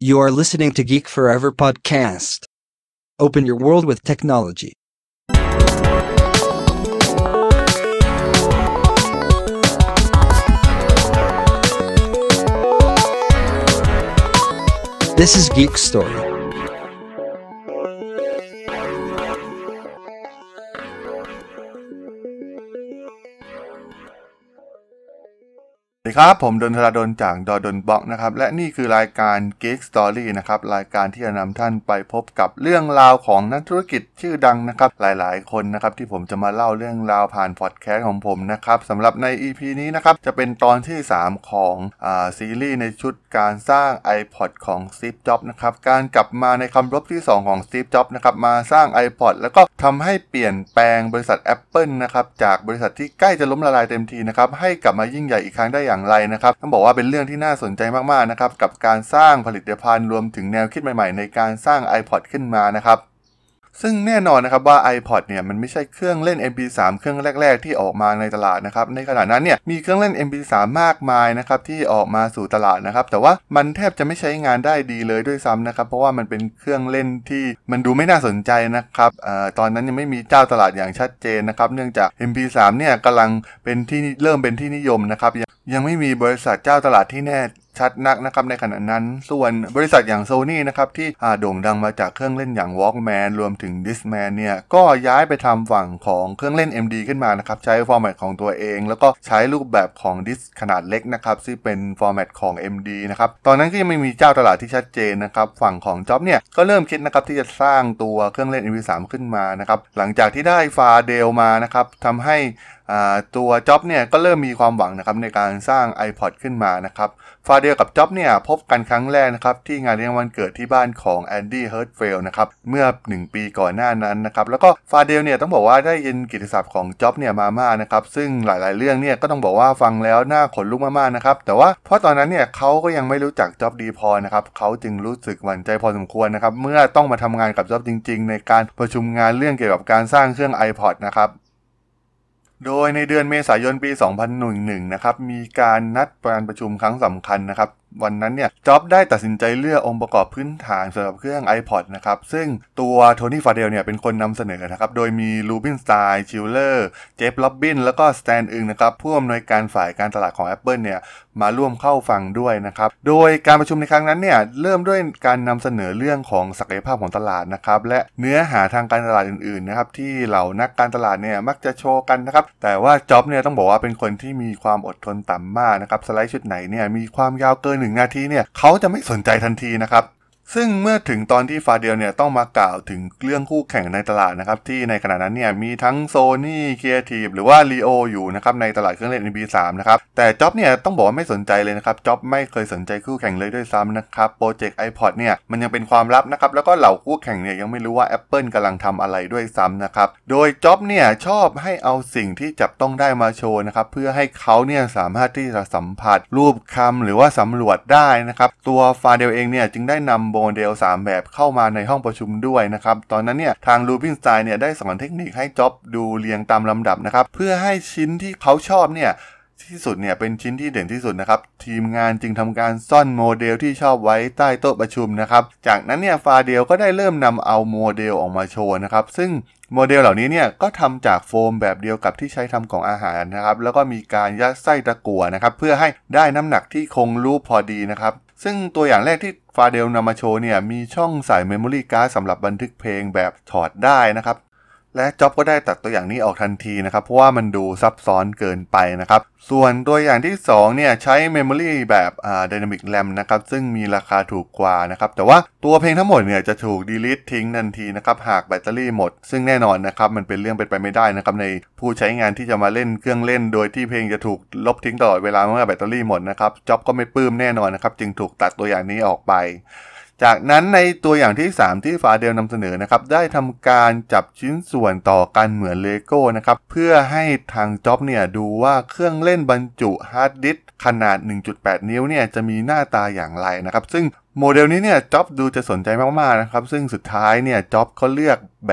You are listening to Geek Forever podcast. Open your world with technology. This is Geek Story. สวัสดีครับผมดนทราดลจากดนบล็อกนะครับและนี่คือรายการ Geek Story นะครับรายการที่จะนำท่านไปพบกับเรื่องราวของนักธุรกิจชื่อดังนะครับหลายๆคนนะครับที่ผมจะมาเล่าเรื่องราวผ่านพอดแคสต์ของผมนะครับสำหรับใน EP นี้นะครับจะเป็นตอนที่3ของซีรีส์ในชุดการสร้าง iPod ของ Steve Jobs นะครับการกลับมาในคำรบที่2ของ Steve Jobs นะครับมาสร้าง iPod แล้วก็ทำให้เปลี่ยนแปลงบริษัท Apple นะครับจากบริษัทที่ใกล้จะล้มละลายเต็มทีนะครับให้กลับมายิ่งใหญ่อีกครั้งได้อย่างไรนะครับต้องบอกว่าเป็นเรื่องที่น่าสนใจมากๆนะครับกับการสร้างผลิตภัณฑ์รวมถึงแนวคิดใหม่ๆในการสร้าง iPod ขึ้นมานะครับซึ่งแน่นอนนะครับว่า iPod เนี่ยมันไม่ใช่เครื่องเล่น MP3 เครื่องแรกๆที่ออกมาในตลาดนะครับในขณะนั้นเนี่ยมีเครื่องเล่น MP3 มากมายนะครับที่ออกมาสู่ตลาดนะครับแต่ว่ามันแทบจะไม่ใช้งานได้ดีเลยด้วยซ้ำนะครับเพราะว่ามันเป็นเครื่องเล่นที่มันดูไม่น่าสนใจนะครับตอนนั้นยังไม่มีเจ้าตลาดอย่างชัดเจนนะครับเนื่องจาก MP3 เนี่ยกำลังเริ่มเป็นที่นิยมนะครับยังไม่มีบริษัทเจ้าตลาดที่แน่ชัดนักนะครับในขณะนั้นส่วนบริษัทอย่าง Sony นะครับที่โด่งดังมาจากเครื่องเล่นอย่าง Walkman รวมถึง Discman เนี่ยก็ย้ายไปทำฝั่งของเครื่องเล่น MD ขึ้นมานะครับใช้ฟอร์แมตของตัวเองแล้วก็ใช้รูปแบบของดิสขนาดเล็กนะครับซึ่งเป็นฟอร์แมตของ MD นะครับตอนนั้นก็ยังไม่มีเจ้าตลาดที่ชัดเจนนะครับฝั่งของจ็อบเนี่ยก็เริ่มคิดนะครับที่จะสร้างตัวเครื่องเล่น MP3 ขึ้นมานะครับหลังจากที่ได้ฟาเดลมานะครับทำให้ตัวจ็อบเนี่ยก็เริ่มมีความหวังนะครับในการสร้าง iPod ขึ้นมานะครับฟาเดลกับจ็อบเนี่ยพบกันครั้งแรกนะครับที่งานเลี้ยงวันเกิดที่บ้านของแอนดี้เฮิร์ตเฟลนะครับเมื่อ1ปีก่อนหน้านั้นนะครับแล้วก็ฟาเดลเนี่ยต้องบอกว่าได้ยินกิตติศัพท์ของจ็อบเนี่ยมามากนะครับซึ่งหลายๆเรื่องเนี่ยก็ต้องบอกว่าฟังแล้วน่าขนลุกมากๆนะครับแต่ว่าเพราะตอนนั้นเนี่ยเขาก็ยังไม่รู้จักจ็อบดีพอนะครับเขาจึงรู้สึกหวั่นใจพอสมควรนะครับเมื่อต้องมาทำงานกับจ็อบจริงๆในการประชุมงานเรื่องเกี่ยวกับการสร้างเครื่อง iPod นะครับโดยในเดือนเมษายนปี 2011 นะครับมีการนัดการประชุมครั้งสำคัญนะครับวันนั้นเนี่ยจ็อบได้ตัดสินใจเลือกองค์ประกอบพื้นฐานสำหรับเครื่อง iPod นะครับซึ่งตัวโทนี่ฟาเดลเนี่ยเป็นคนนำเสนอนะครับโดยมีรูบินสไตน์ชิลเลอร์เจฟล็อบบินแล้วก็สแตนอึงนะครับผู้อำนวยการฝ่ายการตลาดของ Apple เนี่ยมาร่วมเข้าฟังด้วยนะครับโดยการประชุมในครั้งนั้นเนี่ยเริ่มด้วยการนำเสนอเรื่องของศักยภาพของตลาดนะครับและเนื้อหาทางการตลาดอื่นๆนะครับที่เหล่านักการตลาดเนี่ยมักจะโชว์กันนะครับแต่ว่าจ็อบเนี่ยต้องบอกว่าเป็นคนที่มีความอดทนต่ำมากนะครับสไลด์ชุดไหนเนี่ยมีความยาวเกิน1 นาทีเนี่ยเขาจะไม่สนใจทันทีนะครับซึ่งเมื่อถึงตอนที่ฟาเดลเนี่ยต้องมากล่าวถึงเรื่องคู่แข่งในตลาดนะครับที่ในขณะนั้นเนี่ยมีทั้ง Sony Creative หรือว่า Leo อยู่นะครับในตลาดเครื่องเล่น MP3 นะครับแต่จ็อบเนี่ยต้องบอกว่าไม่สนใจเลยนะครับจ็อบไม่เคยสนใจคู่แข่งเลยด้วยซ้ำนะครับโปรเจกต์ iPod เนี่ยมันยังเป็นความลับนะครับแล้วก็เหล่าคู่แข่งเนี่ยยังไม่รู้ว่า Apple กำลังทำอะไรด้วยซ้ำนะครับโดยจ็อบเนี่ยชอบให้เอาสิ่งที่จับต้องได้มาโชว์นะครับเพื่อให้เขาเนี่ยสามารถที่จะสัมผัสรูปคำหรือว่าสำรวจได้นะครับตัวฟาเดลเองเนี่ยจึงได้นำโมเดล3แบบเข้ามาในห้องประชุมด้วยนะครับตอนนั้นเนี่ยทางรูบินสไตน์เนี่ยได้สอนเทคนิคให้จ็อบดูเรียงตามลำดับนะครับเพื่อให้ชิ้นที่เขาชอบเนี่ยที่สุดเนี่ยเป็นชิ้นที่เด่นที่สุดนะครับทีมงานจึงทำการซ่อนโมเดลที่ชอบไว้ใต้โต๊ะประชุมนะครับจากนั้นเนี่ยฟาเดลก็ได้เริ่มนำเอาโมเดลออกมาโชว์นะครับซึ่งโมเดลเหล่านี้เนี่ยก็ทำจากโฟมแบบเดียวกับที่ใช้ทำของอาหารนะครับแล้วก็มีการยัดไส้ตะกั่วนะครับเพื่อให้ได้น้ำหนักที่คงรูปพอดีนะครับซึ่งตัวอย่างแรกที่ฟาเดลนำมาโชว์เนี่ยมีช่องใส่เมมโมรี่การ์ดสำหรับบันทึกเพลงแบบถอดได้นะครับและจ็อบก็ได้ตัดตัวอย่างนี้ออกทันทีนะครับเพราะว่ามันดูซับซ้อนเกินไปนะครับส่วนตัวอย่างที่2เนี่ยใช้เมมโมรี่แบบDynamic RAM นะครับซึ่งมีราคาถูกกว่านะครับแต่ว่าตัวเพลงทั้งหมดเนี่ยจะถูก delete ทิ้งทันทีนะครับหากแบตเตอรี่หมดซึ่งแน่นอนนะครับมันเป็นเรื่องเป็นไปไม่ได้นะครับในผู้ใช้งานที่จะมาเล่นเครื่องเล่นโดยที่เพลงจะถูกลบทิ้งตลอดเวลาเมื่อแบตเตอรี่หมดนะครับจ็อบก็ไม่ปลื้มแน่นอนนะครับจึงถูกตัดตัวอย่างนี้ออกไปจากนั้นในตัวอย่างที่3ที่ฟาเดลนำเสนอนะครับได้ทำการจับชิ้นส่วนต่อกันเหมือนเลโก้นะครับเพื่อให้ทางจ็อบเนี่ยดูว่าเครื่องเล่นบรรจุฮาร์ดดิสก์ขนาด 1.8 นิ้วเนี่ยจะมีหน้าตาอย่างไรนะครับซึ่งโมเดลนี้เนี่ยจ็อบดูจะสนใจมากๆนะครับซึ่งสุดท้ายเนี่ยจ็อบเขาเลือกแบบ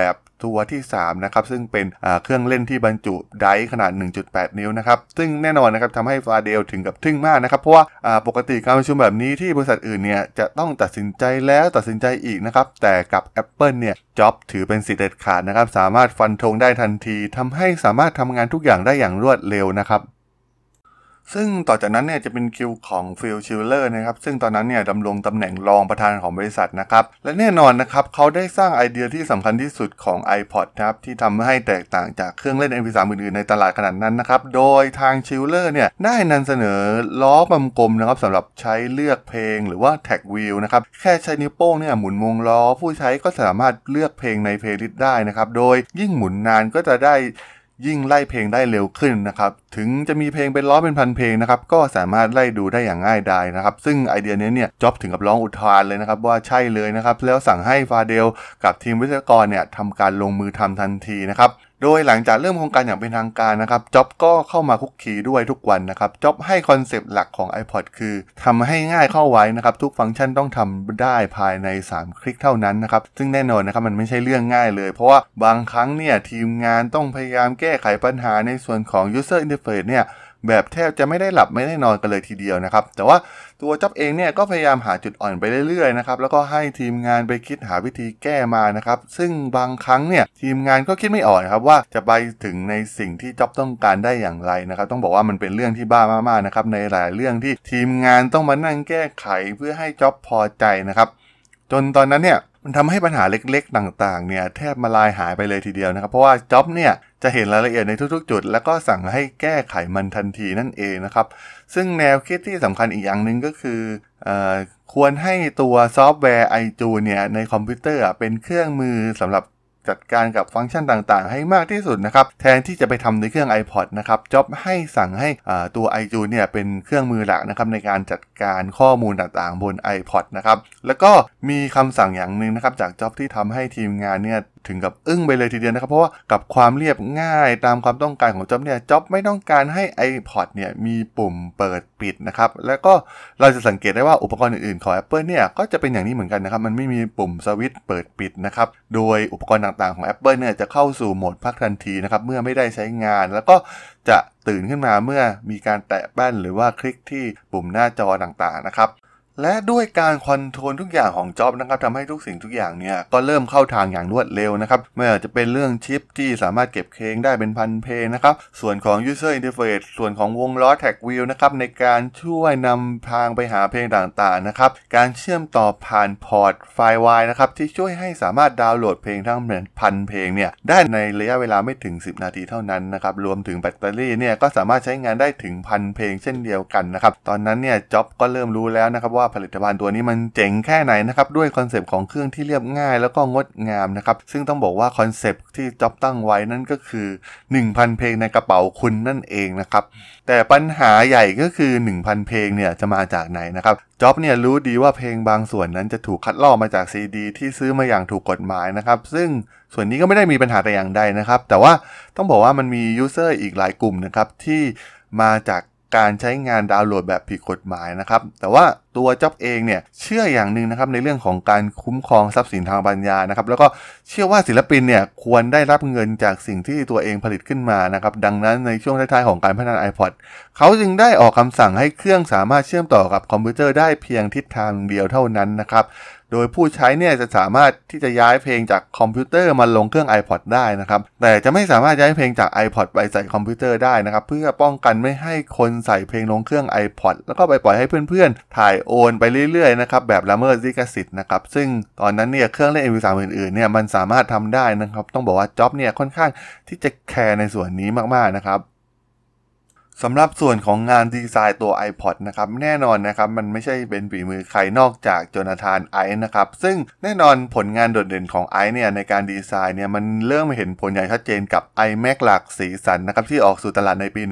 ตัวที่3นะครับซึ่งเป็นเครื่องเล่นที่บรรจุไดร์ขนาด 1.8 นิ้วนะครับซึ่งแน่นอนนะครับทำให้ฟาเดลถึงกับทึ่งมากนะครับเพราะว่าปกติการประชุมแบบนี้ที่บริษัทอื่นเนี่ยจะต้องตัดสินใจแล้วตัดสินใจอีกนะครับแต่กับ Apple เนี่ยจ็อบถือเป็นสิทธิ์เด็ดขาดนะครับสามารถฟันธงได้ทันทีทำให้สามารถทำงานทุกอย่างได้อย่างรวดเร็วนะครับซึ่งต่อจากนั้นเนี่ยจะเป็นคิวของฟิลชิลเลอร์นะครับซึ่งตอนนั้นเนี่ยดำรงตำแหน่งรองประธานของบริษัทนะครับและแน่นอนนะครับเขาได้สร้างไอเดียที่สำคัญที่สุดของ iPod ครับที่ทำให้แตกต่างจากเครื่องเล่น MP3 อื่นๆในตลาดขนาดนั้นนะครับโดยทางชิลเลอร์เนี่ยได้นำเสนอล้อกลมๆนะครับสำหรับใช้เลือกเพลงหรือว่าแท็กวีลนะครับแค่ใช้นิ้วโป้งเนี่ยหมุนวงล้อผู้ใช้ก็สามารถเลือกเพลงในเพลย์ลิสต์ได้นะครับโดยยิ่งหมุนนานก็จะได้ยิ่งไล่เพลงได้เร็วขึ้นนะครับถึงจะมีเพลงเป็น100เป็นพันเพลงนะครับก็สามารถไล่ดูได้อย่างง่ายดายนะครับซึ่งไอเดียนี้เนี่ยจ็อบถึงกับร้องอุทานเลยนะครับว่าใช่เลยนะครับแล้วสั่งให้ฟาเดลกับทีมวิศวกรเนี่ยทำการลงมือทำทันทีนะครับโดยหลังจากเริ่มโครงการอย่างเป็นทางการนะครับจ็อบก็เข้ามาคุกคีด้วยทุกวันนะครับจ็อบให้คอนเซปต์หลักของ iPod คือทำให้ง่ายเข้าไว้นะครับทุกฟังก์ชันต้องทำได้ภายใน3คลิกเท่านั้นนะครับซึ่งแน่นอนนะครับมันไม่ใช่เรื่องง่ายเลยเพราะว่าบางครั้งเนี่ยทีมงานต้องพยายามแก้ไขปัญหาในส่วนของ User Interface เนี่ยแบบแทบจะไม่ได้หลับไม่ได้นอนกันเลยทีเดียวนะครับแต่ว่าตัวจ็อบเองเนี่ยก็พยายามหาจุดอ่อนไปเรื่อยๆนะครับแล้วก็ให้ทีมงานไปคิดหาวิธีแก้มานะครับซึ่งบางครั้งเนี่ยทีมงานก็คิดไม่ออกนะครับว่าจะไปถึงในสิ่งที่จ็อบต้องการได้อย่างไรนะครับต้องบอกว่ามันเป็นเรื่องที่บ้ามากๆนะครับในหลายเรื่องที่ทีมงานต้องมานั่งแก้ไขเพื่อให้จ็อบพอใจนะครับจนตอนนั้นเนี่ยมันทำให้ปัญหาเล็กๆต่างๆเนี่ยแทบมาลายหายไปเลยทีเดียวนะครับเพราะว่าจ็อบเนี่ยจะเห็นรายละเอียดในทุกๆจุดแล้วก็สั่งให้แก้ไขมันทันทีนั่นเองนะครับซึ่งแนวคิดที่สำคัญอีกอย่างหนึ่งก็คือควรให้ตัวซอฟต์แวร์ iTunes เนี่ยในคอมพิวเตอร์เป็นเครื่องมือสำหรับจัดการกับฟังก์ชันต่างๆให้มากที่สุดนะครับแทนที่จะไปทำในเครื่อง iPod นะครับจ็อบให้สั่งให้ตัว iTunes เนี่ยเป็นเครื่องมือหลักนะครับในการจัดการข้อมูลต่างๆบน iPod นะครับแล้วก็มีคำสั่งอย่างหนึ่งนะครับจากจ็อบที่ทำให้ทีมงานเนี่ยถึงกับอึ้งไปเลยทีเดียวนะครับเพราะว่ากับความเรียบง่ายตามความต้องการของจ็อบเนี่ยจ็อบไม่ต้องการให้ iPod เนี่ยมีปุ่มเปิดปิดนะครับแล้วก็เราจะสังเกตได้ว่าอุปกรณ์อื่นๆของ Apple เนี่ยก็จะเป็นอย่างนี้เหมือนกันนะครับมันไม่มีปุ่มสวิตช์เปิดปิดนะครับโดยอุปกรณ์ต่างๆของ Apple เนี่ยจะเข้าสู่โหมดพักทันทีนะครับเมื่อไม่ได้ใช้งานแล้วก็จะตื่นขึ้นมาเมื่อมีการแตะแป้นหรือว่าคลิกที่ปุ่มหน้าจอต่างๆนะครับและด้วยการคอนโทรลทุกอย่างของจ็อบนะครับทำให้ทุกสิ่งทุกอย่างเนี่ยก็เริ่มเข้าทางอย่างรวดเร็วนะครับไม่ว่าจะเป็นเรื่องชิปที่สามารถเก็บเพลงได้เป็นพันเพลงนะครับส่วนของ User Interface ส่วนของวงล้อ Tag Wheel นะครับในการช่วยนำทางไปหาเพลงต่างๆนะครับการเชื่อมต่อผ่านพอร์ตไฟล์ WAV นะครับที่ช่วยให้สามารถดาวน์โหลดเพลงทั้งพันเพลงเนี่ยได้ในระยะเวลาไม่ถึง10นาทีเท่านั้นนะครับรวมถึงแบตเตอรี่เนี่ยก็สามารถใช้งานได้ถึงพันเพลงเช่นเดียวกันนะครับตอนนั้นเนี่ยจ็อบก็เริ่มรู้แล้วนะครับว่าผลิตภัณฑ์ตัวนี้มันเจ๋งแค่ไหนนะครับด้วยคอนเซปต์ของเครื่องที่เรียบง่ายแล้วก็งดงามนะครับซึ่งต้องบอกว่าคอนเซปต์ที่จ็อบตั้งไว้นั่นก็คือ 1,000 เพลงในกระเป๋าคุณนั่นเองนะครับแต่ปัญหาใหญ่ก็คือ 1,000 เพลงเนี่ยจะมาจากไหนนะครับจ็อบเนี่ยรู้ดีว่าเพลงบางส่วนนั้นจะถูกคัดลอกมาจากซีดีที่ซื้อมาอย่างถูกกฎหมายนะครับซึ่งส่วนนี้ก็ไม่ได้มีปัญหาแต่อย่างใดนะครับแต่ว่าต้องบอกว่ามันมียูเซอร์อีกหลายกลุ่มนะครับที่มาจากการใช้งานดาวน์โหลดแบบผิดกฎหมายนะครับแต่ว่าตัวจ็อบเองเนี่ยเชื่ออย่างนึงนะครับในเรื่องของการคุ้มครองทรัพย์สินทางปัญญานะครับแล้วก็เชื่อว่าศิลปินเนี่ยควรได้รับเงินจากสิ่งที่ตัวเองผลิตขึ้นมานะครับดังนั้นในช่วงท้ายๆของการพัฒนา iPod เขาจึงได้ออกคำสั่งให้เครื่องสามารถเชื่อมต่อกับคอมพิวเตอร์ได้เพียงทิศทางเดียวเท่านั้นนะครับโดยผู้ใช้เนี่ยจะสามารถที่จะย้ายเพลงจากคอมพิวเตอร์มาลงเครื่อง iPod ได้นะครับแต่จะไม่สามารถย้ายเพลงจาก iPod ไปใส่คอมพิวเตอร์ได้นะครับเพื่อป้องกันไม่ให้คนใส่เพลงลงเครื่อง iPod แล้วก็ไปปล่อยให้เพื่อนๆถ่ายโอนไปเรื่อยๆนะครับแบบละเมิดลิขสิทธิ์นะครับซึ่งตอนนั้นเนี่ยเครื่องเล่น MP3 อื่นๆเนี่ยมันสามารถทำได้นะครับต้องบอกว่าจ็อบเนี่ยค่อนข้างที่จะแคร์ในส่วนนี้มากๆนะครับสำหรับส่วนของงานดีไซน์ตัว iPod นะครับแน่นอนนะครับมันไม่ใช่เป็นฝีมือใครนอกจากโจนาธานไอซ์นะครับซึ่งแน่นอนผลงานโดดเด่นของไอซ์เนี่ยในการดีไซน์เนี่ยมันเริ่มเห็นผลอย่างชัดเจนกับ iMac หลากสีสันนะครับที่ออกสู่ตลาดในปี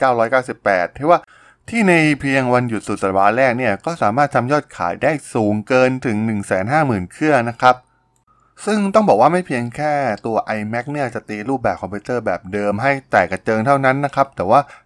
1998 ที่ว่าที่ในเพียงวันหยุดสุดสัปดาห์แรกเนี่ยก็สามารถทำยอดขายได้สูงเกินถึง 150,000 เครื่องนะครับซึ่งต้องบอกว่าไม่เพียงแค่ตัว iMac เนี่ยจะตีรูปแบบคอมพิวเตอร์แบบเดิมให้แตกกระเจิงเท่านั้นนะครับแต่ว่า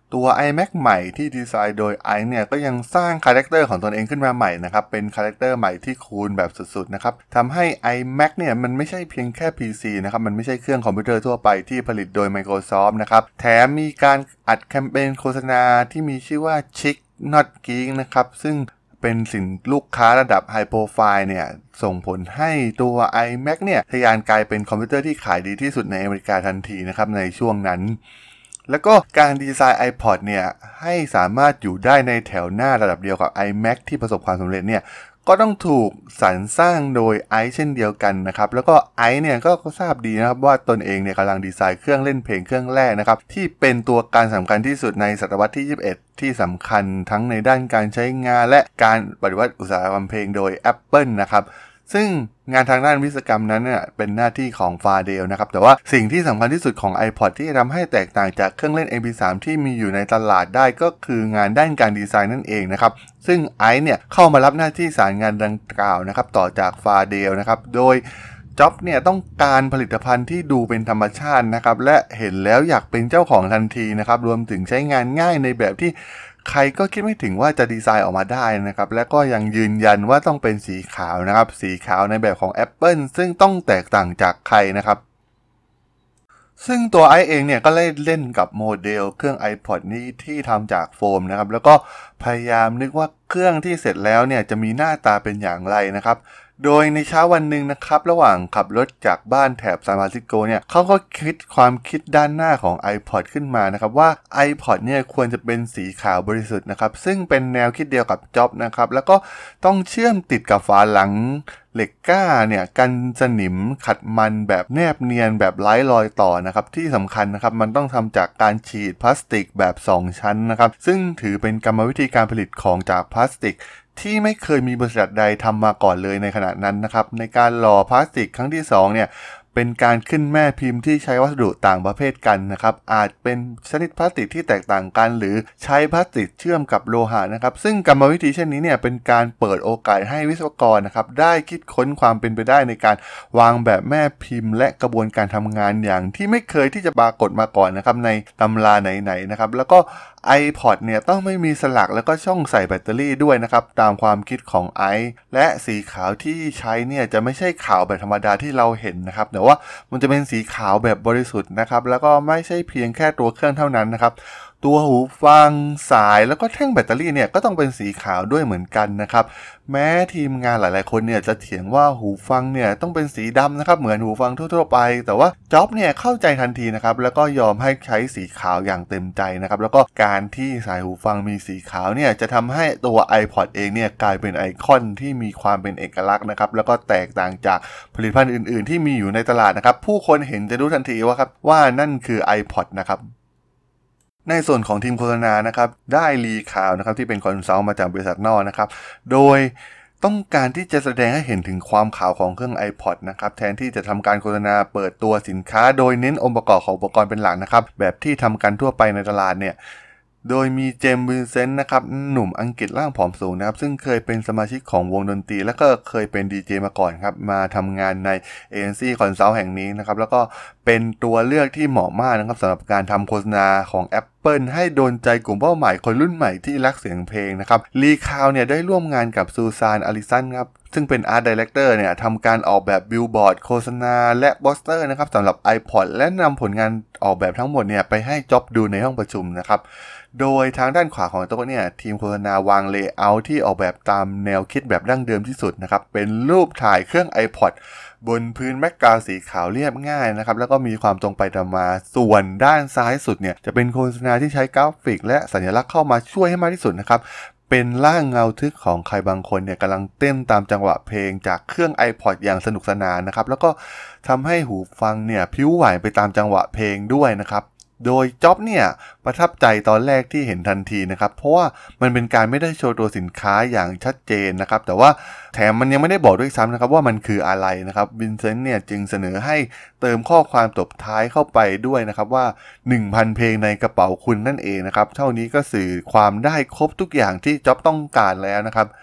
ตัว iMac ใหม่ที่ดีไซน์โดยไอซ์เนี่ยก็ยังสร้างคาแรคเตอร์ของตนเองขึ้นมาใหม่นะครับเป็นคาแรคเตอร์ใหม่ที่คูลแบบสุดๆนะครับทำให้ iMac เนี่ยมันไม่ใช่เพียงแค่ PC นะครับมันไม่ใช่เครื่องคอมพิวเตอร์ทั่วไปที่ผลิตโดย Microsoft นะครับแถมมีการอัดแคมเปญโฆษณาที่มีชื่อว่า Chic Not Geek นะครับซึ่งเป็นสินลูกค้าระดับไฮโปรไฟล์เนี่ยส่งผลให้ตัว iMac เนี่ยทะยานกลายเป็นคอมพิวเตอร์ที่ขายดีที่สุดในอเมริกาทันทีนะครับในช่วงนั้นแล้วก็การดีไซน์ iPod เนี่ยให้สามารถอยู่ได้ในแถวหน้าระดับเดียวกับ iMac ที่ประสบความสำเร็จเนี่ยก็ต้องถูกสรรสร้างโดยไอซ์เช่นเดียวกันนะครับแล้วก็ไอซ์เนี่ยก็ทราบดีนะครับว่าตนเองเนี่ยกำลังดีไซน์เครื่องเล่นเพลงเครื่องแรกนะครับที่เป็นตัวการสำคัญที่สุดในศตวรรษที่21ที่สำคัญทั้งในด้านการใช้งานและการปฏิวัติอุตสาหกรรมเพลงโดย Apple นะครับซึ่งงานทางด้านวิศวกรรมนั้นเนี่ยเป็นหน้าที่ของฟาเดลนะครับแต่ว่าสิ่งที่สำคัญที่สุดของ iPod ที่ทำให้แตกต่างจากเครื่องเล่น MP3 ที่มีอยู่ในตลาดได้ก็คืองานด้านการดีไซน์นั่นเองนะครับซึ่งไอซ์เนี่ยเข้ามารับหน้าที่สารงานดังกล่าวนะครับต่อจากฟาเดลนะครับโดยจ็อบเนี่ยต้องการผลิตภัณฑ์ที่ดูเป็นธรรมชาตินะครับและเห็นแล้วอยากเป็นเจ้าของทันทีนะครับรวมถึงใช้งานง่ายในแบบที่ใครก็คิดไม่ถึงว่าจะดีไซน์ออกมาได้นะครับและก็ยังยืนยันว่าต้องเป็นสีขาวนะครับสีขาวในแบบของ Apple ซึ่งต้องแตกต่างจากใครนะครับซึ่งตัวไอเองเนี่ยก็เล่นกับโมเดลเครื่อง iPod นี้ที่ทำจากโฟมนะครับแล้วก็พยายามนึกว่าเครื่องที่เสร็จแล้วเนี่ยจะมีหน้าตาเป็นอย่างไรนะครับโดยในเช้าวันหนึ่งนะครับระหว่างขับรถจากบ้านแถบซานฟรานซิสโกเนี่ยเขาก็คิดความคิดด้านหน้าของ iPod ขึ้นมานะครับว่า iPod เนี่ยควรจะเป็นสีขาวบริสุทธิ์นะครับซึ่งเป็นแนวคิดเดียวกับจ็อบนะครับแล้วก็ต้องเชื่อมติดกับฝาหลังเหล็กก้าเนี่ยกันสนิมขัดมันแบบแนบเนียนแบบไร้รอยต่อนะครับที่สำคัญนะครับมันต้องทำจากการฉีดพลาสติกแบบ2ชั้นนะครับซึ่งถือเป็นกรรมวิธีการผลิตของจากพลาสติกที่ไม่เคยมีบริษัทใดทำมาก่อนเลยในขณะนั้นนะครับในการหล่อพลาสติกครั้งที่2เนี่ยเป็นการขึ้นแม่พิมพ์ที่ใช้วัสดุต่างประเภทกันนะครับอาจเป็นชนิดพลาสติกที่แตกต่างกันหรือใช้พลาสติกเชื่อมกับโลหะนะครับซึ่งกรรมวิธีเช่นนี้เนี่ยเป็นการเปิดโอกาสให้วิศวกรนะครับได้คิดค้นความเป็นไปได้ในการวางแบบแม่พิมพ์และกระบวนการทำงานอย่างที่ไม่เคยที่จะปรากฏมาก่อนนะครับในตำราไหนๆนะครับแล้วก็iPod เนี่ยต้องไม่มีสลักแล้วก็ช่องใส่แบตเตอรี่ด้วยนะครับตามความคิดของไอซ์และสีขาวที่ใช้เนี่ยจะไม่ใช่ขาวแบบธรรมดาที่เราเห็นนะครับแต่ว่ามันจะเป็นสีขาวแบบบริสุทธิ์นะครับแล้วก็ไม่ใช่เพียงแค่ตัวเครื่องเท่านั้นนะครับตัวหูฟังสายแล้วก็แท่งแบตเตอรี่เนี่ยก็ต้องเป็นสีขาวด้วยเหมือนกันนะครับแม้ทีมงานหลายๆคนเนี่ยจะเถียงว่าหูฟังเนี่ยต้องเป็นสีดำนะครับเหมือนหูฟังทั่วๆไปแต่ว่าจ็อบเนี่ยเข้าใจทันทีนะครับแล้วก็ยอมให้ใช้สีขาวอย่างเต็มใจนะครับแล้วก็การที่สายหูฟังมีสีขาวเนี่ยจะทำให้ตัว iPod เองเนี่ยกลายเป็นไอคอนที่มีความเป็นเอกลักษณ์นะครับแล้วก็แตกต่างจากผลิตภัณฑ์อื่นๆที่มีอยู่ในตลาดนะครับผู้คนเห็นจะรู้ทันทีว่านั่นคือ iPod นะครับในส่วนของทีมโฆษณานะครับได้รีข่าวนะครับที่เป็นคอนซัลท์มาจากบริษัทนอกนะครับโดยต้องการที่จะแสดงให้เห็นถึงความขาวของเครื่อง iPod นะครับแทนที่จะทำการโฆษณาเปิดตัวสินค้าโดยเน้นองค์ประกอบของอุปกรณ์เป็นหลักนะครับแบบที่ทำกันทั่วไปในตลาดเนี่ยโดยมีเจมส์ วินเซนต์นะครับหนุ่มอังกฤษร่างผอมสูงนะครับซึ่งเคยเป็นสมาชิกของวงดนตรีและก็เคยเป็นดีเจมาก่อนครับมาทำงานในเอเจนซี่คอนซัลท์แห่งนี้นะครับแล้วก็เป็นตัวเลือกที่เหมาะมากนะครับสำหรับการทำโฆษณาของ Apple ให้โดนใจกลุ่มเป้าหมายคนรุ่นใหม่ที่รักเสียงเพลงนะครับลีคาวเนี่ยได้ร่วมงานกับซูซานอาริสันครับซึ่งเป็นอาร์ตไดเรคเตอร์เนี่ยทำการออกแบบบิลบอร์ดโฆษณาและโปสเตอร์นะครับสำหรับ iPod และนำผลงานออกแบบทั้งหมดเนี่ยไปให้จ็อบดูในห้องประชุมนะครับโดยทางด้านขวาของโต๊ะเนี่ยทีมโฆษณาวางเลเยอร์ที่ออกแบบตามแนวคิดแบบดั้งเดิมที่สุดนะครับเป็นรูปถ่ายเครื่อง iPod บนพื้นแบ็กกราวด์สีขาวเรียบง่ายนะครับแล้วก็มีความตรงไปตรงมาส่วนด้านซ้ายสุดเนี่ยจะเป็นโฆษณาที่ใช้กราฟิกและสัญลักษณ์เข้ามาช่วยให้มากที่สุดนะครับเป็นร่างเงาทึกของใครบางคนเนี่ยกำลังเต้นตามจังหวะเพลงจากเครื่อง iPod อย่างสนุกสนานนะครับแล้วก็ทำให้หูฟังเนี่ยพิ้วไหวไปตามจังหวะเพลงด้วยนะครับโดยจ็อบเนี่ยประทับใจตอนแรกที่เห็นทันทีนะครับเพราะว่ามันเป็นการไม่ได้โชว์ตัวสินค้าอย่างชัดเจนนะครับแต่ว่าแถมมันยังไม่ได้บอกด้วยซ้ำนะครับว่ามันคืออะไรนะครับวินเซนต์เนี่ยจึงเสนอให้เติมข้อความตบท้ายเข้าไปด้วยนะครับว่า 1,000 เพลงในกระเป๋าคุณนั่นเองนะครับเท่านี้ก็สื่อความได้ครบทุกอย่างที่จ็อบต้องการแล้วนะครับ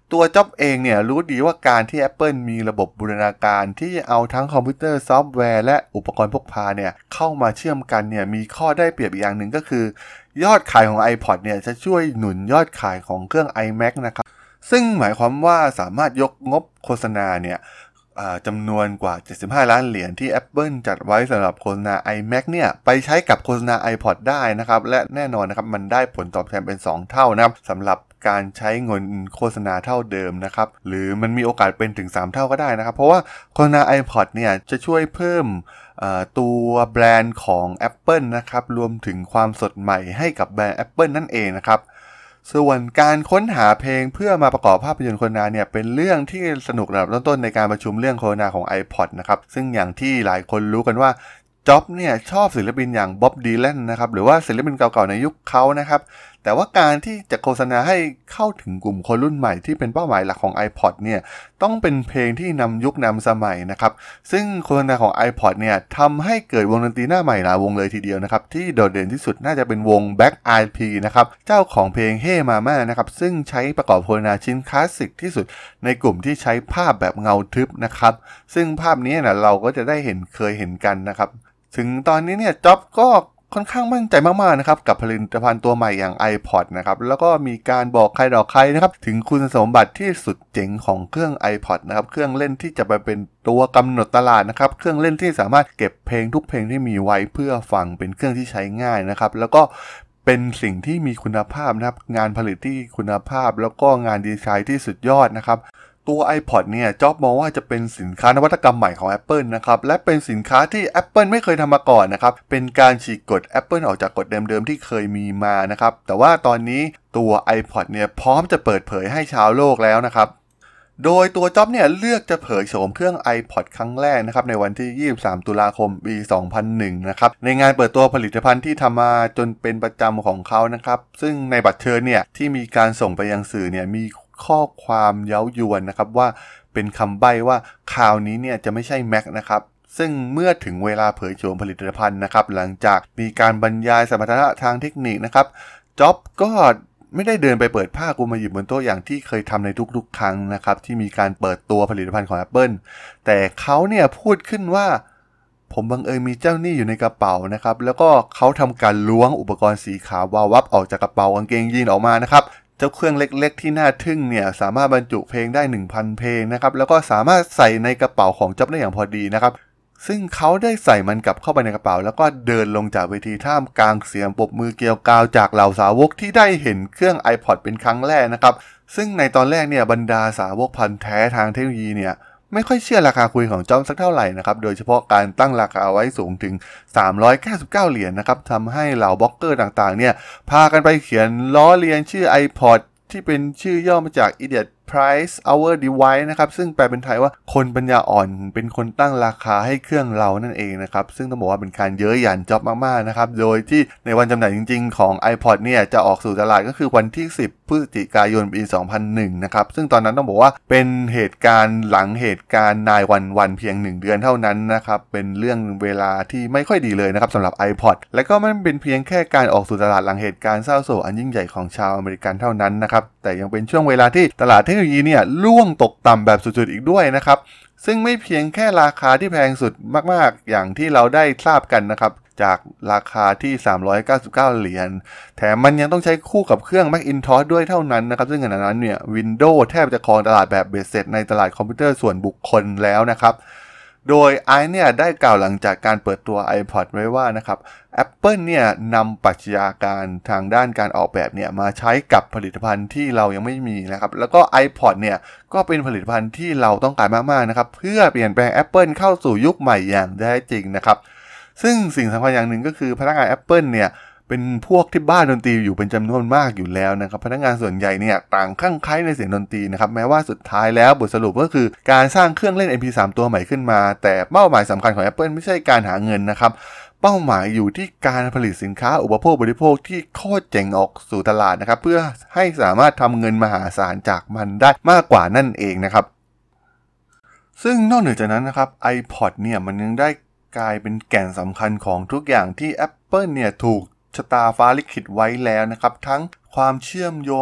ตัวจ็อบเองเนี่ยรู้ดีว่าการที่ Apple มีระบบบูรณาการที่เอาทั้งคอมพิวเตอร์ซอฟต์แวร์และอุปกรณ์พกพาเนี่ยเข้ามาเชื่อมกันเนี่ยมีข้อได้เปรียบอีกอย่างหนึ่งก็คือยอดขายของ iPod เนี่ยจะช่วยหนุนยอดขายของเครื่อง iMac นะครับซึ่งหมายความว่าสามารถยกงบโฆษณาเนี่ยจำนวนกว่า75ล้านเหรียญที่ Apple จัดไว้สำหรับโฆษณา iMac เนี่ยไปใช้กับโฆษณา iPod ได้นะครับและแน่นอนนะครับมันได้ผลตอบแทนเป็น2เท่านะครับสำหรับการใช้เงินโฆษณาเท่าเดิมนะครับหรือมันมีโอกาสเป็นถึง3เท่าก็ได้นะครับเพราะว่าโฆษณา iPod เนี่ยจะช่วยเพิ่มตัวแบรนด์ของ Apple นะครับรวมถึงความสดใหม่ให้กับแบรนด์ Apple นั่นเองนะครับส่วนการค้นหาเพลงเพื่อมาประกอบภาพยนตร์โฆษณาเนี่ยเป็นเรื่องที่สนุกระดับต้นๆในการประชุมเรื่องโฆษณาของ iPod นะครับซึ่งอย่างที่หลายคนรู้กันว่าจ็อบเนี่ยชอบศิลปินอย่างบ๊อบดีแลนนะครับหรือว่าศิลปินเก่าๆในยุคเขานะครับแต่ว่าการที่จะโฆษณาให้เข้าถึงกลุ่มคนรุ่นใหม่ที่เป็นเป้าหมายหลักของ iPod เนี่ยต้องเป็นเพลงที่นำยุคนำสมัยนะครับซึ่งโฆษณาของ iPod เนี่ยทำให้เกิดวงดนตรีหน้าใหม่หลายวงเลยทีเดียวนะครับที่โดดเด่นที่สุดน่าจะเป็นวง Black Eyed Peas นะครับเจ้าของเพลง Hey Mama นะครับซึ่งใช้ประกอบโฆษณาชิ้นคลาสสิกที่สุดในกลุ่มที่ใช้ภาพแบบเงาทึบนะครับซึ่งภาพนี้นะเราก็จะได้เคยเห็นกันนะครับถึงตอนนี้เนี่ยจ็อบก็ค่อนข้างมั่นใจมากๆนะครับกับผลิตภัณฑ์ตัวใหม่อย่าง iPod นะครับแล้วก็มีการบอกใครต่อใครนะครับถึงคุณสมบัติที่สุดเจ๋งของเครื่อง iPod นะครับเครื่องเล่นที่จะไปเป็นตัวกำหนดตลาดนะครับเครื่องเล่นที่สามารถเก็บเพลงทุกเพลงที่มีไว้เพื่อฟังเป็นเครื่องที่ใช้ง่ายนะครับแล้วก็เป็นสิ่งที่มีคุณภาพนะครับงานผลิตที่คุณภาพแล้วก็งานดีไซน์ที่สุดยอดนะครับตัว iPod เนี่ยจ็อบมองว่าจะเป็นสินค้านวัตกรรมใหม่ของ Apple นะครับและเป็นสินค้าที่ Apple ไม่เคยทำมาก่อนนะครับเป็นการฉีกกฎ Apple ออกจากกฎเดิมๆที่เคยมีมานะครับแต่ว่าตอนนี้ตัว iPod เนี่ยพร้อมจะเปิดเผยให้ชาวโลกแล้วนะครับโดยตัวจ็อบเนี่ยเลือกจะเผยโฉมเครื่อง iPod ครั้งแรกนะครับในวันที่23ตุลาคมปี2001นะครับในงานเปิดตัวผลิตภัณฑ์ที่ทำมาจนเป็นประจำของเขานะครับซึ่งในบัตรเชิญเนี่ยที่มีการส่งไปยังสื่อเนี่ยมีข้อความเย้ายวนนะครับว่าเป็นคำใบ้ว่าคราวนี้เนี่ยจะไม่ใช่ Mac นะครับซึ่งเมื่อถึงเวลาเผยโฉมผลิตภัณฑ์นะครับหลังจากมีการบรรยายสมรรถนะทางเทคนิคนะครับจ็อบก็ไม่ได้เดินไปเปิดผ้าคลุมมาหยิบบนโต๊ะอย่างที่เคยทำในทุกๆครั้งนะครับที่มีการเปิดตัวผลิตภัณฑ์ของ Apple แต่เขาเนี่ยพูดขึ้นว่าผมบังเอิญมีเจ้าหนี้อยู่ในกระเป๋านะครับแล้วก็เขาทำการล้วงอุปกรณ์สีขาววาววับออกจากกระเป๋ากางเกงยีนออกมานะครับเจ้าเครื่องเล็กๆที่น่าทึ่งเนี่ยสามารถบรรจุเพลงได้ 1,000 เพลงนะครับแล้วก็สามารถใส่ในกระเป๋าของจ็อบได้อย่างพอดีนะครับซึ่งเขาได้ใส่มันกลับเข้าไปในกระเป๋าแล้วก็เดินลงจากเวทีท่ามกลางเสียงปรบมือเกลียวกราวจากเหล่าสาวกที่ได้เห็นเครื่อง iPod เป็นครั้งแรกนะครับซึ่งในตอนแรกเนี่ยบรรดาสาวกพันธุ์แท้ทางเทคโนโลยีเนี่ยไม่ค่อยเชื่อราคาคุยของจ็อบสักเท่าไหร่นะครับโดยเฉพาะการตั้งราคาไว้สูงถึง399เหรียญนะครับทำให้เหล่าบล็อกเกอร์ต่างๆเนี่ยพากันไปเขียนล้อเลียนชื่อ iPod ที่เป็นชื่อย่อมาจาก Idiot Price Our Device นะครับซึ่งแปลเป็นไทยว่าคนปัญญาอ่อนเป็นคนตั้งราคาให้เครื่องเรานั่นเองนะครับซึ่งต้องบอกว่าเป็นการเย้ยหยันจ็อบมากๆนะครับโดยที่ในวันจำหน่ายจริงๆของ iPod เนี่ยจะออกสู่ตลาดก็คือวันที่10พฤศจิกายนปี2001นะครับซึ่งตอนนั้นต้องบอกว่าเป็นเหตุการณ์หลังเหตุการณ์นายวันเพียง1เดือนเท่านั้นนะครับเป็นเรื่องเวลาที่ไม่ค่อยดีเลยนะครับสำหรับ iPod และก็ไม่เป็นเพียงแค่การออกสู่ตลาดหลังเหตุการณ์เศร้าโศกอันยิ่งใหญ่ของชาวอเมริกันเท่านั้นนะครับแต่ยังเป็นช่วงเวลาที่ตลาดเทคโนโลยีเนี่ยร่วงตกต่ำแบบสุดๆอีกด้วยนะครับซึ่งไม่เพียงแค่ราคาที่แพงสุดมากๆอย่างที่เราได้ทราบกันนะครับจากราคาที่399เหรียญแถมมันยังต้องใช้คู่กับเครื่อง Macintosh ด้วยเท่านั้นนะครับซึ่งขณะนั้นเนี่ย Windows แทบจะครองตลาดแบบเบ็ดเสร็จในตลาดคอมพิวเตอร์ส่วนบุคคลแล้วนะครับโดยไอเนี่ยได้กล่าวหลังจากการเปิดตัว iPod ไว้ว่านะครับ Apple เนี่ยนำปรัชญาการทางด้านการออกแบบเนี่ยมาใช้กับผลิตภัณฑ์ที่เรายังไม่มีนะครับแล้วก็ iPod เนี่ยก็เป็นผลิตภัณฑ์ที่เราต้องการมากๆนะครับเพื่อเปลี่ยนแปลง Apple เข้าสู่ยุคใหม่อย่างแท้จริงนะครับซึ่งสิ่งสำคัญอย่างหนึ่งก็คือพนักงาน Apple เนี่ยเป็นพวกที่บ้าดนตรีอยู่เป็นจำนวนมากอยู่แล้วนะครับพนักงานส่วนใหญ่เนี่ยต่างคลั่งไคล้ในเสียงดนตรีนะครับแม้ว่าสุดท้ายแล้วบทสรุปก็คือการสร้างเครื่องเล่น MP3 ตัวใหม่ขึ้นมาแต่เป้าหมายสำคัญของ Apple ไม่ใช่การหาเงินนะครับเป้าหมายอยู่ที่การผลิตสินค้าอุปโภคบริโภคที่โคตรเจ๋งออกสู่ตลาดนะครับเพื่อให้สามารถทำเงินมหาศาลจากมันได้มากกว่านั่นเองนะครับซึ่งนอกเหนือจากนั้นนะครับ iPod เนี่ยมันยังได้กลายเป็นแก่นสำคัญของทุกอย่างที่ Apple เนี่ยถูกชะตาฟ้าลิขิตไว้แล้วนะครับทั้งความเชื่อมโยง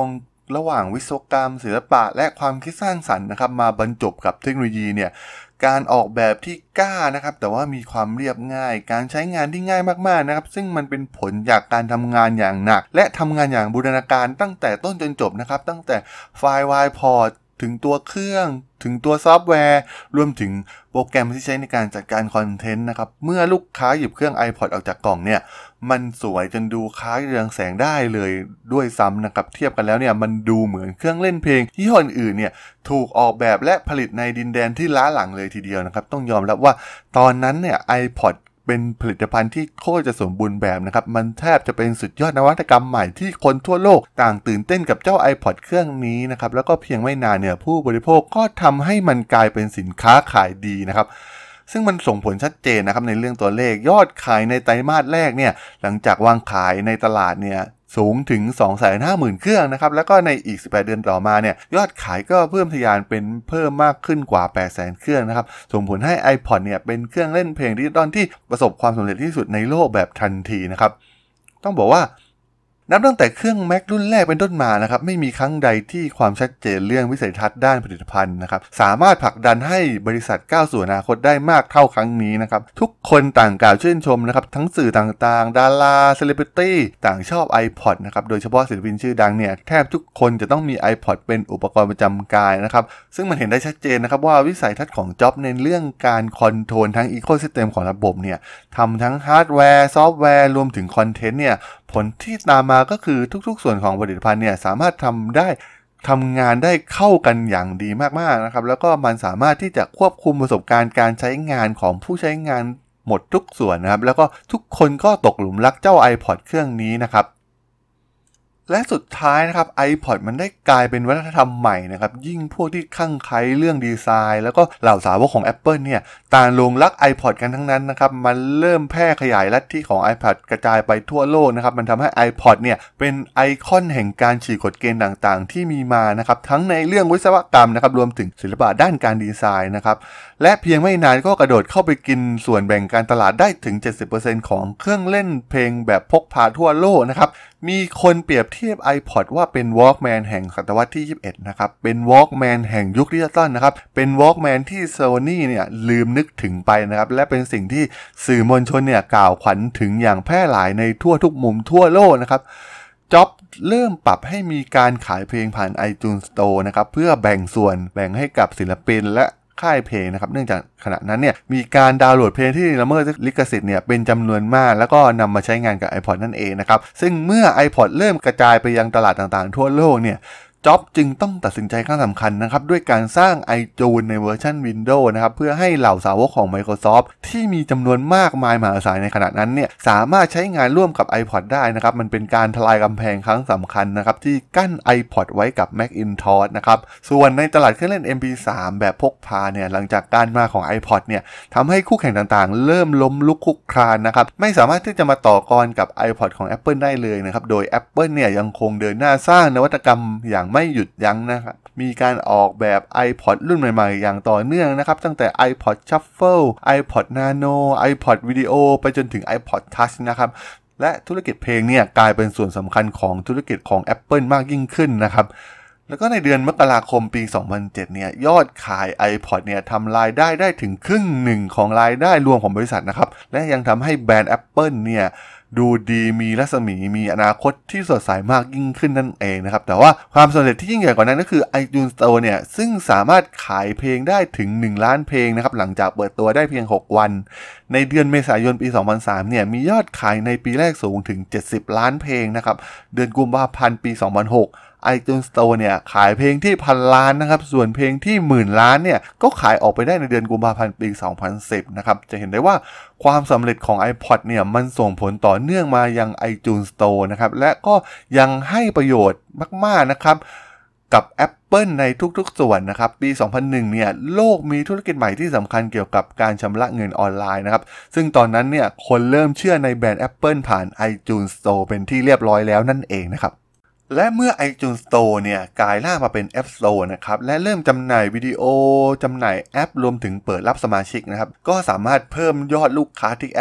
ระหว่างวิศวกรรมศิลปะและความคิดสร้างสรรค์นะครับมาบรรจบกับเทคโนโลยีเนี่ยการออกแบบที่กล้านะครับแต่ว่ามีความเรียบง่ายการใช้งานที่ง่ายมากๆนะครับซึ่งมันเป็นผลจากการทำงานอย่างหนักและทำงานอย่างบูรณาการตั้งแต่ต้นจนจบนะครับตั้งแต่ไฟล์ไวร์พอร์ตถึงตัวเครื่องถึงตัวซอฟต์แวร์รวมถึงโปรแกรมที่ใช้ในการจัดการคอนเทนต์นะครับเมื่อลูกค้าหยิบเครื่อง iPod ออกจากกล่องเนี่ยมันสวยจนดูคล้ายเรืองแสงได้เลยด้วยซ้ำนะครับเทียบกันแล้วเนี่ยมันดูเหมือนเครื่องเล่นเพลงยี่ห้ออื่นเนี่ยถูกออกแบบและผลิตในดินแดนที่ล้าหลังเลยทีเดียวนะครับต้องยอมรับว่าตอนนั้นเนี่ย iPodเป็นผลิตภัณฑ์ที่โคตรจะสมบูรณ์แบบนะครับมันแทบจะเป็นสุดยอดนวัตกรรมใหม่ที่คนทั่วโลกต่างตื่นเต้นกับเจ้า iPod เครื่องนี้นะครับแล้วก็เพียงไม่นานเนี่ยผู้บริโภคก็ทำให้มันกลายเป็นสินค้าขายดีนะครับซึ่งมันส่งผลชัดเจนนะครับในเรื่องตัวเลขยอดขายในไตรมาสแรกเนี่ยหลังจากวางขายในตลาดเนี่ยสูงถึง 250,000 เครื่องนะครับแล้วก็ในอีก18เดือนต่อมาเนี่ยยอดขายก็เพิ่มทะยานเป็นเพิ่มมากขึ้นกว่า 800,000 เครื่องนะครับส่งผลให้ iPod เนี่ยเป็นเครื่องเล่นเพลงดิจิตอลที่ประสบความสำเร็จที่สุดในโลกแบบทันทีนะครับต้องบอกว่านับตั้งแต่เครื่อง Mac รุ่นแรกเป็นต้นมานะครับไม่มีครั้งใดที่ความชัดเจนเรื่องวิสัยทัศน์ด้านผลิตภัณฑ์นะครับสามารถผลักดันให้บริษัทก้าวสู่อนาคตได้มากเท่าครั้งนี้นะครับทุกคนต่างกล่าวชื่นชมนะครับทั้งสื่อต่างๆดาราเซเลบริตี้ต่างชอบ iPod นะครับโดยเฉพาะศิลปินชื่อดังเนี่ยแทบทุกคนจะต้องมี iPod เป็นอุปกรณ์ประจำกายนะครับซึ่งมันเห็นได้ชัดเจนนะครับว่าวิสัยทัศน์ของจ็อบในเรื่องการคอนโทรลทั้งอีโคซิสเต็มของระบบเนี่ยทำทั้งฮาร์ดแวร์ซอฟต์แวร์รวมถึงคอนเทนต์เนี่ยผลที่ตามมาก็คือทุกๆส่วนของผลิตภัณฑ์เนี่ยสามารถทำงานได้เข้ากันอย่างดีมากๆนะครับแล้วก็มันสามารถที่จะควบคุมประสบการณ์การใช้งานของผู้ใช้งานหมดทุกส่วนนะครับแล้วก็ทุกคนก็ตกหลุมรักเจ้า iPod เครื่องนี้นะครับและสุดท้ายนะครับ iPod มันได้กลายเป็นวัฒนธรรมใหม่นะครับยิ่งพวกที่คลั่งไคล้เรื่องดีไซน์แล้วก็เหล่าสาวกของ Apple เนี่ยต่างหลงรัก iPod กันทั้งนั้นนะครับมันเริ่มแพร่ขยายลัทธิของ iPod กระจายไปทั่วโลกนะครับมันทำให้ iPod เนี่ยเป็นไอคอนแห่งการฉีกกฎเกณฑ์ต่างๆที่มีมานะครับทั้งในเรื่องวิศวกรรมนะครับรวมถึงศิลปะด้านการดีไซน์นะครับและเพียงไม่นานก็กระโดดเข้าไปกินส่วนแบ่งการตลาดได้ถึง 70% ของเครื่องเล่นเพลงแบบพกพาทั่วโลกนะครับมีคนเปรียบเทียบ iPod ว่าเป็น Walkman แห่งศตวรรษที่ 21 นะครับเป็น Walkman แห่งยุคดิจิตอลนะครับเป็น Walkman ที่ Sony เนี่ยลืมนึกถึงไปนะครับและเป็นสิ่งที่สื่อมวลชนเนี่ยกล่าวขวัญถึงอย่างแพร่หลายในทั่วทุกมุมทั่วโลกนะครับจ็อบเริ่มปรับให้มีการขายเพลงผ่าน iTunes Store นะครับเพื่อแบ่งให้กับศิลปินและค่ายเพลงนะครับเนื่องจากขณะนั้นเนี่ยมีการดาวน์โหลดเพลงที่ละเมิดลิขสิทธิ์เนี่ยเป็นจำนวนมากแล้วก็นำมาใช้งานกับ iPod นั่นเองนะครับซึ่งเมื่อ iPod เริ่มกระจายไปยังตลาดต่างๆทั่วโลกเนี่ยจ็อบจึงต้องตัดสินใจครั้งสำคัญนะครับด้วยการสร้าง iTunes ในเวอร์ชัน Windows นะครับเพื่อให้เหล่าสาวกของ Microsoft ที่มีจำนวนมากมายมหาศาลในขณะนั้นเนี่ยสามารถใช้งานร่วมกับ iPod ได้นะครับมันเป็นการทลายกำแพงครั้งสำคัญนะครับที่กั้น iPod ไว้กับ Macintosh นะครับส่วนในตลาดเครื่องเล่น MP3 แบบพกพาเนี่ยหลังจากการมาของ iPod เนี่ยทำให้คู่แข่งต่างๆเริ่มล้มลุกคลุกคลานนะครับไม่สามารถที่จะมาต่อกรกับ iPod ของ Apple ได้เลยนะครับโดย Apple เนี่ยยังคงเดินหน้าสร้างนวัตกรรมอย่างไม่หยุดยั้งนะครับมีการออกแบบ iPod รุ่นใหม่ๆอย่างต่อเนื่องนะครับตั้งแต่ iPod Shuffle iPod Nano iPod Video ไปจนถึง iPod Touch นะครับและธุรกิจเพลงเนี่ยกลายเป็นส่วนสำคัญของธุรกิจของ Apple มากยิ่งขึ้นนะครับแล้วก็ในเดือนมกราคมปี 2007 เนี่ยยอดขาย iPod เนี่ยทำรายได้ถึงครึ่งหนึ่งของรายได้รวมของบริษัทนะครับและยังทำให้แบรนด์ Apple เนี่ยดูดีมีรัศมีมีอนาคตที่สดใสมากยิ่งขึ้นนั่นเองนะครับแต่ว่าความสำเร็จที่ยิ่งใหญ่กว่านั้นก็คือ iTunes Store เนี่ยซึ่งสามารถขายเพลงได้ถึง1ล้านเพลงนะครับหลังจากเปิดตัวได้เพียง6วันในเดือนเมษายนปี 2003 เนี่ยมียอดขายในปีแรกสูงถึง70ล้านเพลงนะครับเดือนกุมภาพันธ์ปี 2006 iTunes Store เนี่ยขายเพลงที่พันล้านนะครับส่วนเพลงที่หมื่นล้านเนี่ยก็ขายออกไปได้ในเดือนกุมภาพันธ์ปี 2010 นะครับจะเห็นได้ว่าความสำเร็จของ iPod เนี่ยมันส่งผลต่อเนื่องมายัง iTunes Store นะครับและก็ยังให้ประโยชน์มากๆนะครับกับ Apple ในทุกๆส่วนนะครับปี 2001 เนี่ยโลกมีธุรกิจใหม่ที่สำคัญเกี่ยวกับการชำระเงินออนไลน์นะครับซึ่งตอนนั้นเนี่ยคนเริ่มเชื่อในแบรนด์ Apple ผ่าน iTunes Store เป็นที่เรียบร้อยแล้วนั่นเองนะครับและเมื่อ iTunes Store เนี่ยกลายร่างมาเป็น App Store นะครับและเริ่มจำหน่ายวิดีโอจำหน่ายแอปรวมถึงเปิดรับสมาชิกนะครับก็สามารถเพิ่มยอดลูกค้าที่แอ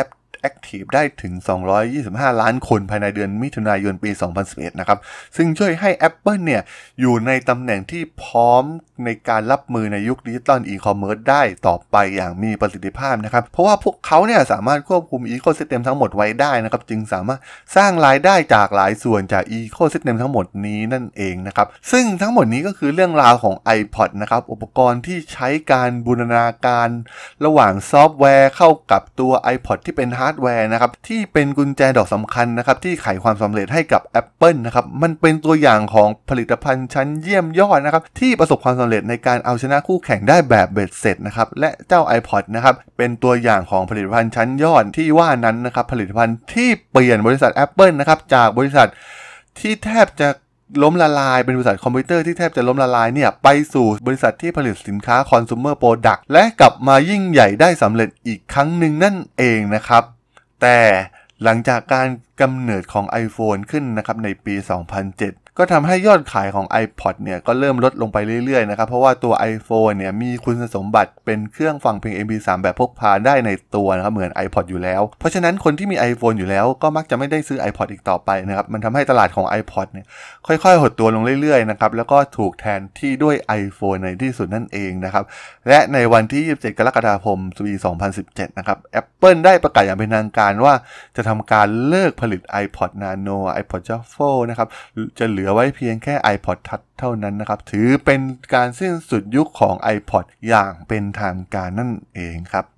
Active ได้ถึง225ล้านคนภายในเดือนมิถุนายนปี2011นะครับซึ่งช่วยให้ Apple เนี่ยอยู่ในตำแหน่งที่พร้อมในการรับมือในยุคดิจิตอลอีคอมเมิร์ซได้ต่อไปอย่างมีประสิทธิภาพนะครับเพราะว่าพวกเขาเนี่ยสามารถควบคุมอีโคซิสเต็มทั้งหมดไว้ได้นะครับจึงสามารถสร้างรายได้จากหลายส่วนจากอีโคซิสเต็มทั้งหมดนี้นั่นเองนะครับซึ่งทั้งหมดนี้ก็คือเรื่องราวของ iPod นะครับอุปกรณ์ที่ใช้การบูรณาการระหว่างซอฟต์แวร์เข้ากับตัว iPod ที่เป็นฮาร์ดแวร์นะครับที่เป็นกุญแจดอกสำคัญนะครับที่ไขความสำเร็จให้กับ Apple นะครับมันเป็นตัวอย่างของผลิตภัณฑ์ชั้นเยี่ยมยอดนะครับที่ประสบความสำเร็จในการเอาชนะคู่แข่งได้แบบเบ็ดเสร็จนะครับและเจ้า iPod นะครับเป็นตัวอย่างของผลิตภัณฑ์ชั้นยอดที่ว่านั้นนะครับผลิตภัณฑ์ที่เปลี่ยนบริษัท Apple นะครับจากบริษัทที่แทบจะล้มละลายเป็นบริษัทคอมพิวเตอร์ที่แทบจะล้มละลายเนี่ยไปสู่บริษัทที่ผลิตสินค้า Consumer Product และกลับมายิ่งใหญ่ได้สำเร็จอีกครั้งหนึ่งนั่นเองนะครับแต่หลังจากการกำเนิดของ iPhone ขึ้นนะครับในปี 2007 ก็ทำให้ยอดขายของ iPod เนี่ยก็เริ่มลดลงไปเรื่อยๆนะครับเพราะว่าตัว iPhone เนี่ยมีคุณสมบัติเป็นเครื่องฟังเพลง MP3 แบบพกพาได้ในตัวนะครับเหมือน iPod อยู่แล้วเพราะฉะนั้นคนที่มี iPhone อยู่แล้วก็มักจะไม่ได้ซื้อ iPod อีกต่อไปนะครับมันทำให้ตลาดของ iPod เนี่ยค่อยๆหดตัวลงเรื่อยๆนะครับแล้วก็ถูกแทนที่ด้วย iPhone ในที่สุดนั่นเองนะครับและในวันที่27 กรกฎาคมปี 2017 นะครับ Apple ได้ประกาศอย่างเป็นทางการว่าจะทำการเลิกผลิต iPod Nano iPod Shuffle นะครับจะเหลือไว้เพียงแค่ iPod Touch เท่านั้นนะครับถือเป็นการสิ้นสุดยุคของ iPod อย่างเป็นทางการนั่นเองครับ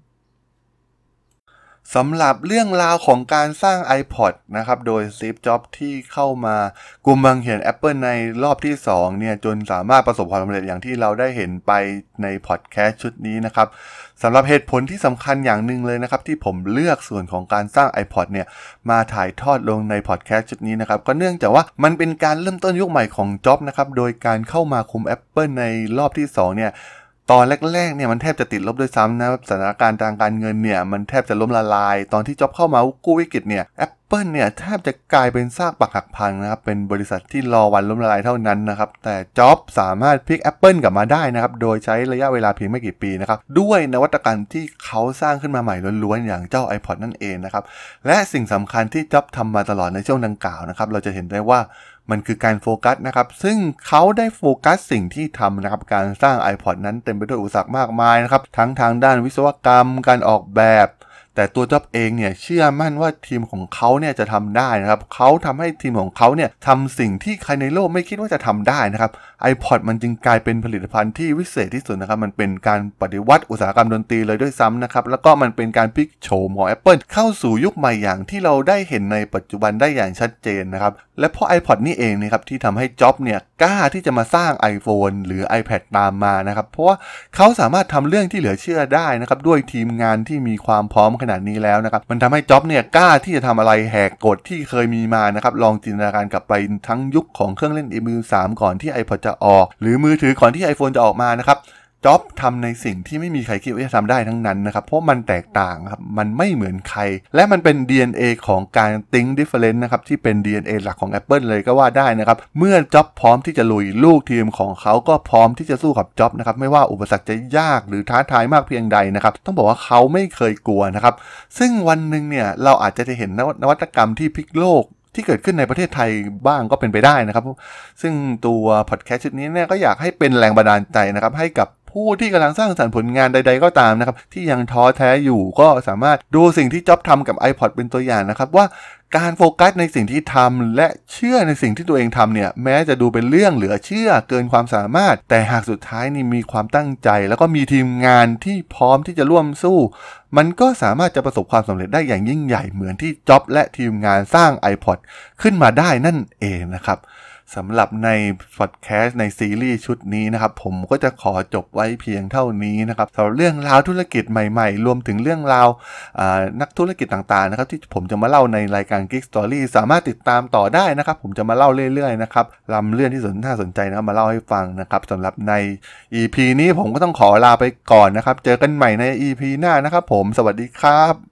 สำหรับเรื่องราวของการสร้าง iPod นะครับโดย Steve Jobs ที่เข้ามากุมบังเหียน Apple ในรอบที่2เนี่ยจนสามารถประสบความสำเร็จอย่างที่เราได้เห็นไปในพอดแคสต์ชุดนี้นะครับสำหรับเหตุผลที่สำคัญอย่างหนึ่งเลยนะครับที่ผมเลือกส่วนของการสร้าง iPod เนี่ยมาถ่ายทอดลงในพอดแคสต์ชุดนี้นะครับก็เนื่องจากว่ามันเป็นการเริ่มต้นยุคใหม่ของ Jobs นะครับโดยการเข้ามาคุม Apple ในรอบที่2เนี่ยตอนแรกๆเนี่ยมันแทบจะติดลบด้วยซ้ำนะสถานการณ์ทางการเงินเนี่ยมันแทบจะล้มละลายตอนที่จ็อบเข้ามากู้วิกฤตเนี่ย Apple เนี่ยแทบจะกลายเป็นซากปรักหักพังนะครับเป็นบริษัทที่รอวันล้มละลายเท่านั้นนะครับแต่จ็อบสามารถพลิก Apple กลับมาได้นะครับโดยใช้ระยะเวลาเพียงไม่กี่ปีนะครับด้วยนวัตกรรมที่เขาสร้างขึ้นมาใหม่ล้วนๆอย่างเจ้า iPod นั่นเองนะครับและสิ่งสำคัญที่จ็อบทำมาตลอดในช่วงดังกล่าวนะครับเราจะเห็นได้ว่ามันคือการโฟกัสนะครับซึ่งเขาได้โฟกัสสิ่งที่ทำนะครับการสร้าง iPod นั้นเต็มไปด้วยอุปสรรคมากมายนะครับทั้งทางด้านวิศวกรรมการออกแบบแต่ตัวจ็อบเองเนี่ยเชื่อมั่นว่าทีมของเขาเนี่ยจะทำได้นะครับเขาทำให้ทีมของเขาเนี่ยทำสิ่งที่ใครในโลกไม่คิดว่าจะทำได้นะครับ iPod มันจึงกลายเป็นผลิตภัณฑ์ที่วิเศษที่สุดนะครับมันเป็นการปฏิวัติอุตสาหกรรมดนตรีเลยด้วยซ้ำนะครับแล้วก็มันเป็นการพลิกโฉมของ Apple เข้าสู่ยุคใหม่อย่างที่เราได้เห็นในปัจจุบันได้อย่างชัดเจนนะครับและเพราะ iPod นี่เองนะครับที่ทำให้จ็อบเนี่ยกล้าที่จะมาสร้าง iPhone หรือ iPad ตามมานะครับเพราะว่าเขาสามารถทำเรื่องที่เหลือเชื่อได้นะครับด้วยทีมงานที่มีความพร้อมขนาดนี้แล้วนะครับมันทำให้จ็อบเนี่ยกล้าที่จะทำอะไรแหกกฎที่เคยมีมานะครับลองจินตนาการกลับไปทั้งยุคของเครื่องเล่น MP3 ก่อนที่ iPod จะออกหรือมือถือก่อนที่ iPhone จะออกมานะครับจ็อบทำในสิ่งที่ไม่มีใครคิดว่าจะทำได้ทั้งนั้นนะครับเพราะมันแตกต่างครับมันไม่เหมือนใครและมันเป็น DNA ของการ Think Different นะครับที่เป็น DNA หลักของ Apple เลยก็ว่าได้นะครับเมื่อจ็อบพร้อมที่จะลุยลูกทีมของเขาก็พร้อมที่จะสู้กับจ็อบนะครับไม่ว่าอุปสรรคจะยากหรือท้าทายมากเพียงใดนะครับต้องบอกว่าเขาไม่เคยกลัวนะครับซึ่งวันหนึ่งเนี่ยเราอาจจะได้เห็นนวัตกรรมที่พลิกโลกที่เกิดขึ้นในประเทศไทยบ้างก็เป็นไปได้นะครับซึ่งตัวพอดแคสต์ชุดนี้เนี่ยก็อยากให้เป็นแรงบันดาลใจนะครับให้กับผู้ที่กำลังสร้างสรรค์ผลงานใดๆก็ตามนะครับที่ยังท้อแท้อยู่ก็สามารถดูสิ่งที่จ็อบทำกับ iPod เป็นตัวอย่างนะครับว่าการโฟกัสในสิ่งที่ทำและเชื่อในสิ่งที่ตัวเองทำเนี่ยแม้จะดูเป็นเรื่องเหลือเชื่อเกินความสามารถแต่หากสุดท้ายนี่มีความตั้งใจแล้วก็มีทีมงานที่พร้อมที่จะร่วมสู้มันก็สามารถจะประสบความสำเร็จได้อย่างยิ่งใหญ่เหมือนที่จ็อบและทีมงานสร้าง iPod ขึ้นมาได้นั่นเองนะครับสำหรับในพอดแคสต์ในซีรีส์ชุดนี้นะครับผมก็จะขอจบไว้เพียงเท่านี้นะครับสำหรับเรื่องราวธุรกิจใหม่ๆรวมถึงเรื่องราวนักธุรกิจต่างๆนะครับที่ผมจะมาเล่าในรายการ Geek Story สามารถติดตามต่อได้นะครับผมจะมาเล่าเรื่อยๆนะครับลำเรื่องที่น่าสนใจนะครับมาเล่าให้ฟังนะครับสำหรับใน EP นี้ผมก็ต้องขอลาไปก่อนนะครับเจอกันใหม่ใน EP หน้านะครับผมสวัสดีครับ